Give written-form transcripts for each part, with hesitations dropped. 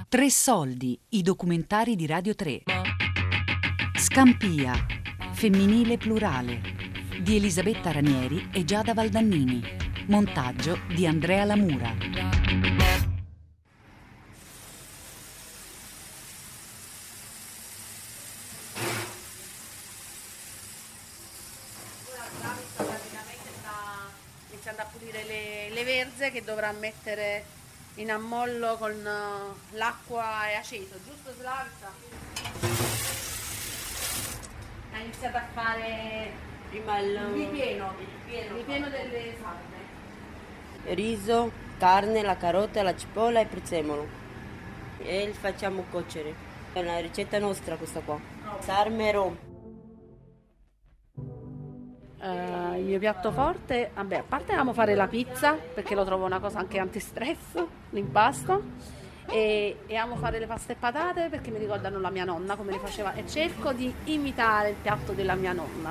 Tre soldi, i documentari di Radio 3. Scampia, femminile plurale, di Elisabetta Ranieri e Giada Valdannini. Montaggio di Andrea Lamura. Praticamente sta iniziando a pulire le verze che dovrà mettere in ammollo con l'acqua e aceto, giusto Slavica? Ha iniziato a fare prima il ripieno delle sarde. Riso, carne, la carota, la cipolla e il prezzemolo e li facciamo cuocere. È una ricetta nostra questa qua. Sarme e rom. Il mio piatto forte, vabbè, a parte amo fare la pizza perché lo trovo una cosa anche antistress, l'impasto, e amo fare le pasta e patate perché mi ricordano la mia nonna come le faceva e cerco di imitare il piatto della mia nonna.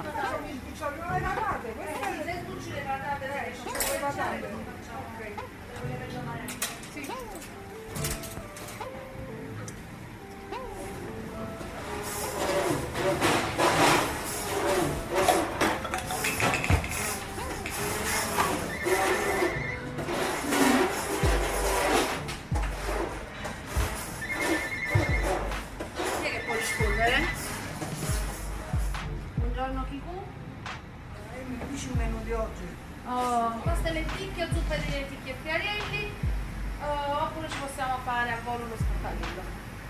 Buongiorno Kiku. Mi dici un menù di oggi? Pasta e lenticchie o zuppa di lenticchie e friarielli, oppure ci possiamo fare a volo uno scottagliello.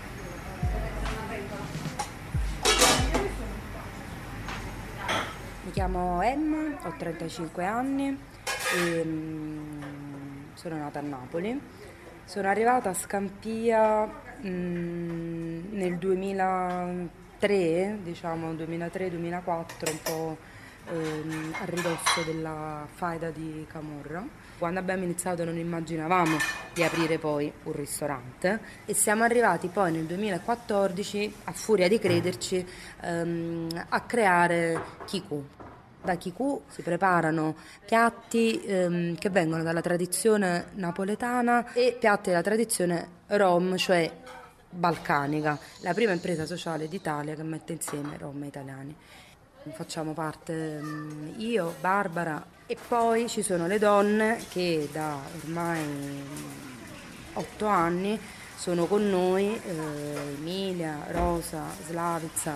Mi chiamo Emma, ho 35 anni e sono nata a Napoli. Sono arrivata a Scampia nel 2003, diciamo 2003-2004, un po' a ridosso della faida di Camorra. Quando abbiamo iniziato non immaginavamo di aprire poi un ristorante e siamo arrivati poi nel 2014, a furia di crederci, a creare Kiku. Da Kiku si preparano piatti che vengono dalla tradizione napoletana e piatti della tradizione rom, cioè balcanica, la prima impresa sociale d'Italia che mette insieme rom e italiani. Facciamo parte io, Barbara e poi ci sono le donne che da ormai 8 anni sono con noi, Emilia, Rosa, Slavica.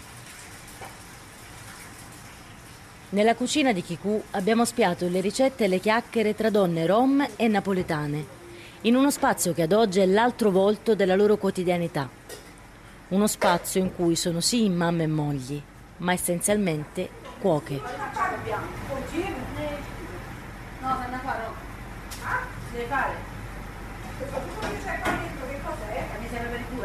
Nella cucina di Kiku abbiamo spiato le ricette e le chiacchiere tra donne rom e napoletane, in uno spazio che ad oggi è l'altro volto della loro quotidianità. Uno spazio in cui sono sì mamme e mogli, ma essenzialmente cuoche. No, Sanna farò. Deve fare. Mi serve per i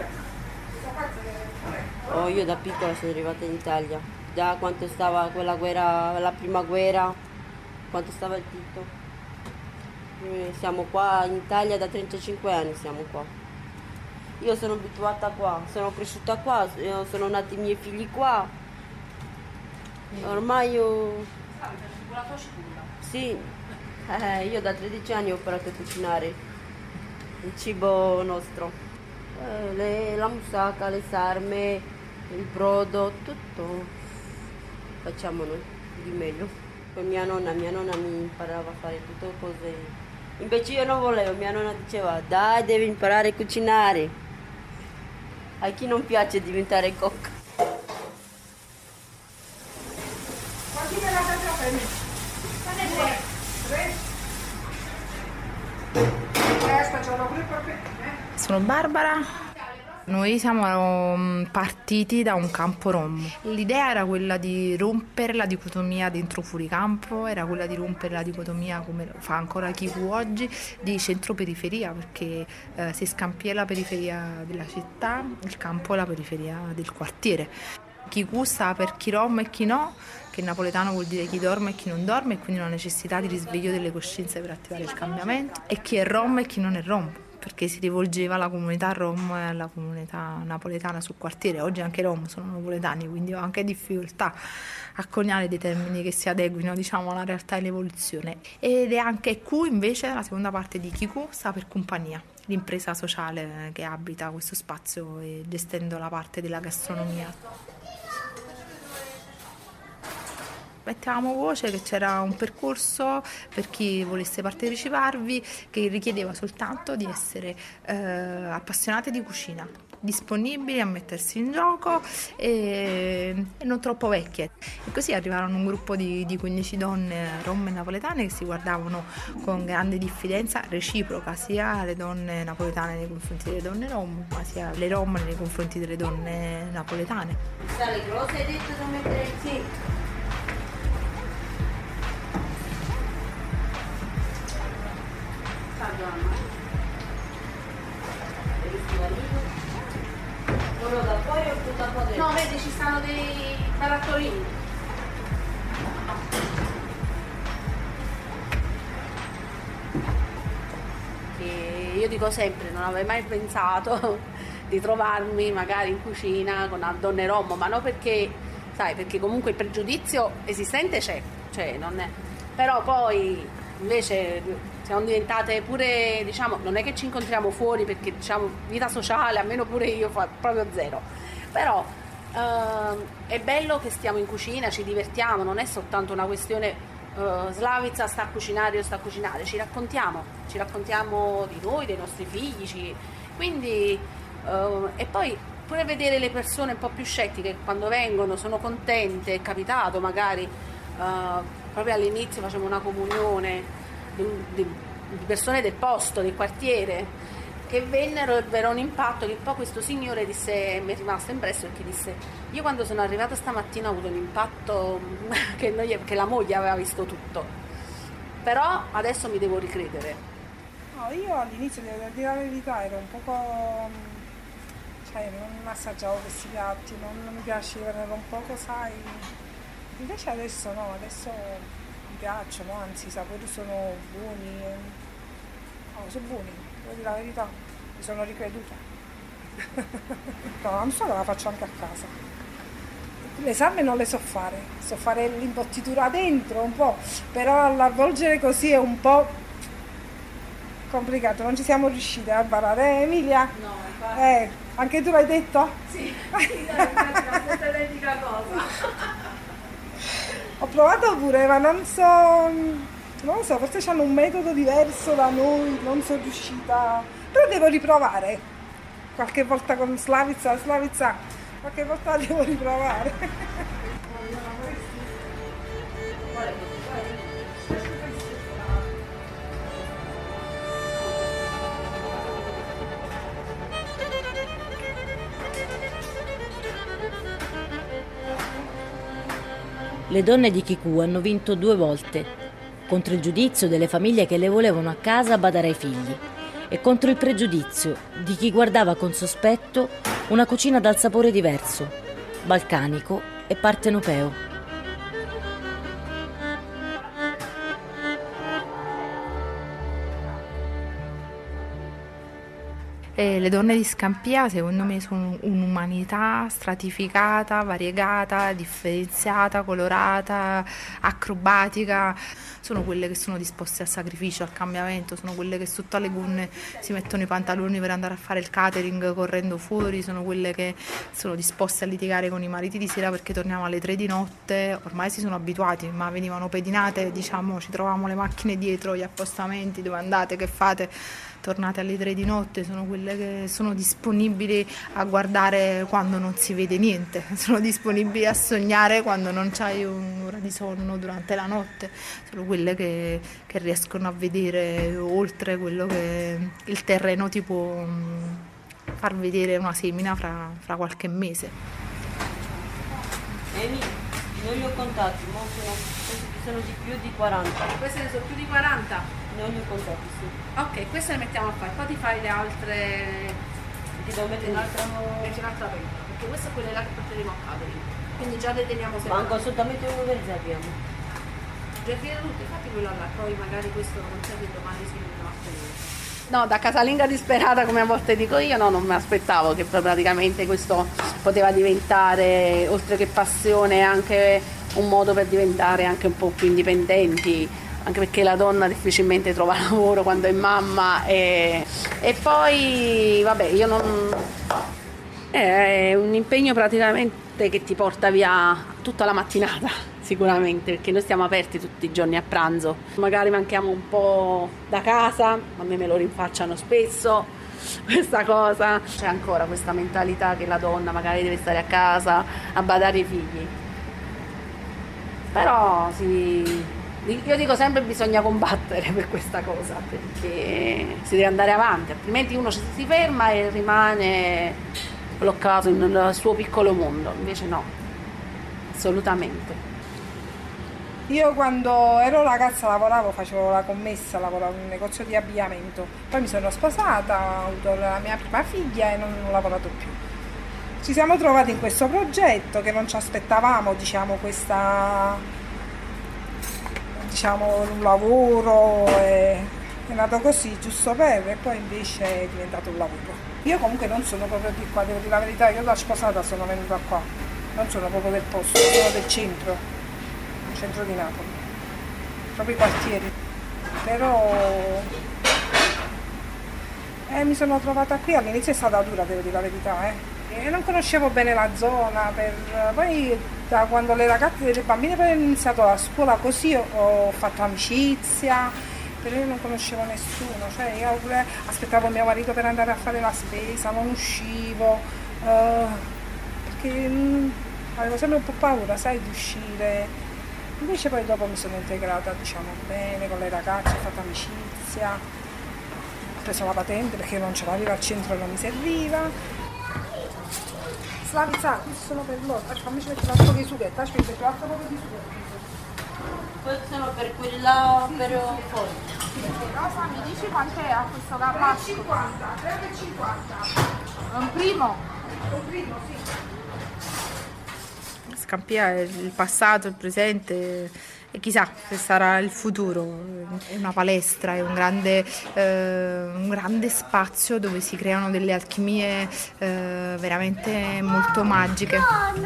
due. Io da piccola sono arrivata in Italia, da quando stava quella guerra, la prima guerra, quando stava il Tito. Siamo qua in Italia da 35 anni, siamo qua. Io sono abituata qua, sono cresciuta qua, sono nati i miei figli qua. Ormai io... Sì, io da 13 anni ho imparato a cucinare il cibo nostro. La moussaka, le sarme, il brodo, tutto facciamo noi di meglio. Con mia nonna mi imparava a fare tutte cose. Invece io non volevo, mia nonna diceva dai, devi imparare a cucinare. A chi non piace diventare cocca. Sono Barbara, noi siamo partiti da un campo rom. L'idea era quella di rompere la dicotomia dentro fuori campo, era quella di rompere la dicotomia, come fa ancora Kiku oggi, di centro-periferia, perché se Scampia è la periferia della città, il campo è la periferia del quartiere. Kiku sta per chi rom e chi no, che in napoletano vuol dire chi dorme e chi non dorme, e quindi una necessità di risveglio delle coscienze per attivare il cambiamento, e chi è rom e chi non è rom, perché si rivolgeva alla comunità rom e alla comunità napoletana sul quartiere. Oggi anche i rom sono napoletani, quindi ho anche difficoltà a coniare dei termini che si adeguino, diciamo, alla realtà e all'evoluzione. Ed è anche Q invece, la seconda parte di Kiku, sta per compagnia. l'impresa sociale che abita questo spazio e gestendo la parte della gastronomia. Mettevamo voce che c'era un percorso per chi volesse parteciparvi che richiedeva soltanto di essere appassionati di cucina, disponibili a mettersi in gioco e non troppo vecchie. E così arrivarono un gruppo di 15 donne rom e napoletane che si guardavano con grande diffidenza reciproca, sia le donne napoletane nei confronti delle donne rom, ma sia le rom nei confronti delle donne napoletane. Le cose hai detto da mettere? Sì. Uno da fuori o tutto da fuori? No, vedi, ci stanno dei barattolini. Che io dico sempre, non avrei mai pensato di trovarmi magari in cucina con una donne rom, ma non perché, sai, perché comunque il pregiudizio esistente c'è, cioè non è. Però poi invece siamo diventate pure, diciamo, non è che ci incontriamo fuori perché diciamo vita sociale, almeno pure io fa proprio zero, però è bello che stiamo in cucina, ci divertiamo, non è soltanto una questione Slavica sta a cucinare o sta a cucinare, ci raccontiamo di noi, dei nostri figli, quindi e poi pure vedere le persone un po' più scettiche quando vengono, sono contente, è capitato magari proprio all'inizio facevo una comunione di persone del posto, del quartiere, che vennero e ebbero un impatto che poi questo signore disse, mi è rimasto impresso perché disse: io quando sono arrivata stamattina ho avuto un impatto che la moglie aveva visto tutto, però adesso mi devo ricredere. No, io all'inizio, devo dire la verità, ero un poco, cioè non assaggiavo questi piatti, non mi piacevano, ero un poco, sai, invece adesso no, adesso mi piacciono, anzi i sapori sono buoni, no, sono buoni, devo dire la verità, mi sono ricreduta. No, la mussaca la faccio anche a casa. Le sarme non le so fare l'imbottitura dentro un po', però all'avvolgere così è un po' complicato, non ci siamo riuscite a imparare, Emilia? No, infatti. Anche tu l'hai detto? Sì, la stessa identica cosa. Ho provato pure, ma non lo so, forse hanno un metodo diverso da noi, non sono riuscita, però devo riprovare. Qualche volta con Slavica, qualche volta la devo riprovare. Le donne di Chiku hanno vinto 2 volte, contro il giudizio delle famiglie che le volevano a casa a badare ai figli e contro il pregiudizio di chi guardava con sospetto una cucina dal sapore diverso, balcanico e partenopeo. E le donne di Scampia secondo me sono un'umanità stratificata, variegata, differenziata, colorata, acrobatica. Sono quelle che sono disposte al sacrificio, al cambiamento, sono quelle che sotto alle gonne si mettono i pantaloni per andare a fare il catering correndo fuori, sono quelle che sono disposte a litigare con i mariti di sera perché torniamo alle 3 di notte. Ormai si sono abituati, ma venivano pedinate, diciamo, ci trovavamo le macchine dietro, gli appostamenti, dove andate, che fate? Tornate alle 3 di notte, sono quelle che sono disponibili a guardare quando non si vede niente, sono disponibili a sognare quando non c'hai un'ora di sonno durante la notte, sono quelle che riescono a vedere oltre quello che il terreno ti può far vedere una semina fra qualche mese. Emi, non li ho contati, ma sono di più di 40. Queste ne sono più di 40? Non li ho contati, sì. Ok, queste le mettiamo a fare, poi ti fai le altre. Ti devo mettere metti un'altra pentola, perché queste sono quelle là che porteremo a catering. Quindi già le teniamo separate. Manco assolutamente uno per abbiamo. Già finire tutte, infatti quello là, poi magari questo non c'è che domani si mettono a tenere. No, da casalinga disperata come a volte dico io, no, non mi aspettavo che praticamente questo poteva diventare, oltre che passione, anche un modo per diventare anche un po' più indipendenti. anche perché la donna difficilmente trova lavoro quando è mamma e poi vabbè io non... è un impegno praticamente che ti porta via tutta la mattinata sicuramente, perché noi stiamo aperti tutti i giorni a pranzo, magari manchiamo un po' da casa, a me lo rinfacciano spesso questa cosa, c'è ancora questa mentalità che la donna magari deve stare a casa a badare ai figli, però io dico sempre bisogna combattere per questa cosa, perché si deve andare avanti, altrimenti uno si ferma e rimane bloccato nel suo piccolo mondo, invece no, assolutamente. Io quando ero ragazza lavoravo, facevo la commessa, lavoravo in un negozio di abbigliamento, poi mi sono sposata, ho avuto la mia prima figlia e non ho lavorato più. Ci siamo trovati in questo progetto che non ci aspettavamo, diciamo, un lavoro, è nato così, giusto e poi invece è diventato un lavoro. Io comunque non sono proprio di qua, devo dire la verità, io da sposata sono venuta qua, non sono proprio del posto, sono del centro di Napoli, proprio i quartieri, però mi sono trovata qui, all'inizio è stata dura, devo dire la verità, e non conoscevo bene la zona, poi da quando le bambine poi hanno iniziato la scuola così ho fatto amicizia, però io non conoscevo nessuno, cioè io pure aspettavo mio marito per andare a fare la spesa, non uscivo, perché avevo sempre un po' paura, sai, di uscire. Invece poi dopo mi sono integrata, diciamo, bene con le ragazze, ho fatto amicizia, ho preso la patente perché non ce l'avevo al centro e non mi serviva. Slavica, questi sono per loro, fammici mettere un po' di sughetto, aspetta, ti altro poco di sughetto. Questi sono per quella, per fuori. Rosa, mi dici quant'è a questo carrasco? 50, 3,50. È un primo? Un primo, sì. Scampia è il passato, il presente e chissà se sarà il futuro. È una palestra, è un grande spazio dove si creano delle alchimie veramente molto magiche.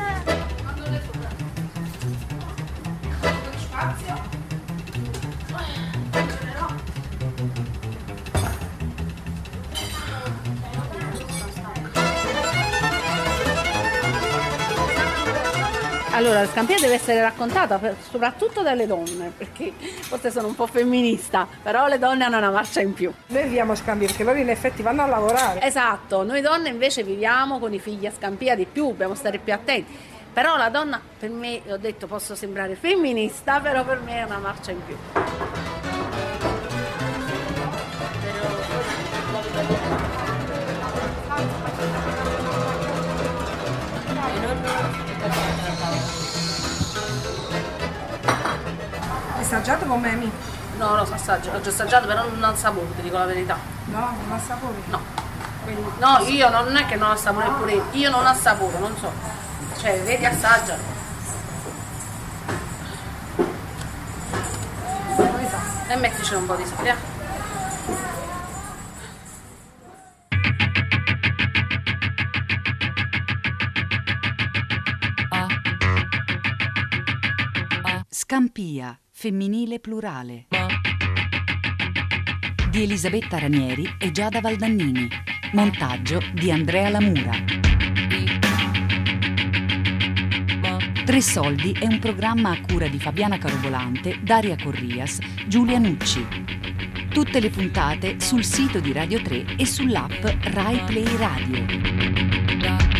Allora, la Scampia deve essere raccontata soprattutto dalle donne, perché forse sono un po' femminista, però le donne hanno una marcia in più. Noi viviamo a Scampia perché loro in effetti vanno a lavorare. Esatto, noi donne invece viviamo con i figli a Scampia di più, dobbiamo stare più attenti. Però la donna, per me, ho detto, posso sembrare femminista, però per me è una marcia in più. Assaggiato con me? No, l'ho già assaggiato, però non ha sapore, ti dico la verità. No, non ha sapore? No. Quindi, no, io non è che non ha sapore pure io non ha sapore, non so. Cioè, vedi, assaggia. E mettici un po' di sale. Scampia, femminile plurale. Di Elisabetta Ranieri e Giada Valdannini. Montaggio di Andrea Lamura. Tre Soldi è un programma a cura di Fabiana Carobolante, Daria Corrias, Giulia Nucci. Tutte le puntate sul sito di Radio 3 e sull'app Rai Play Radio.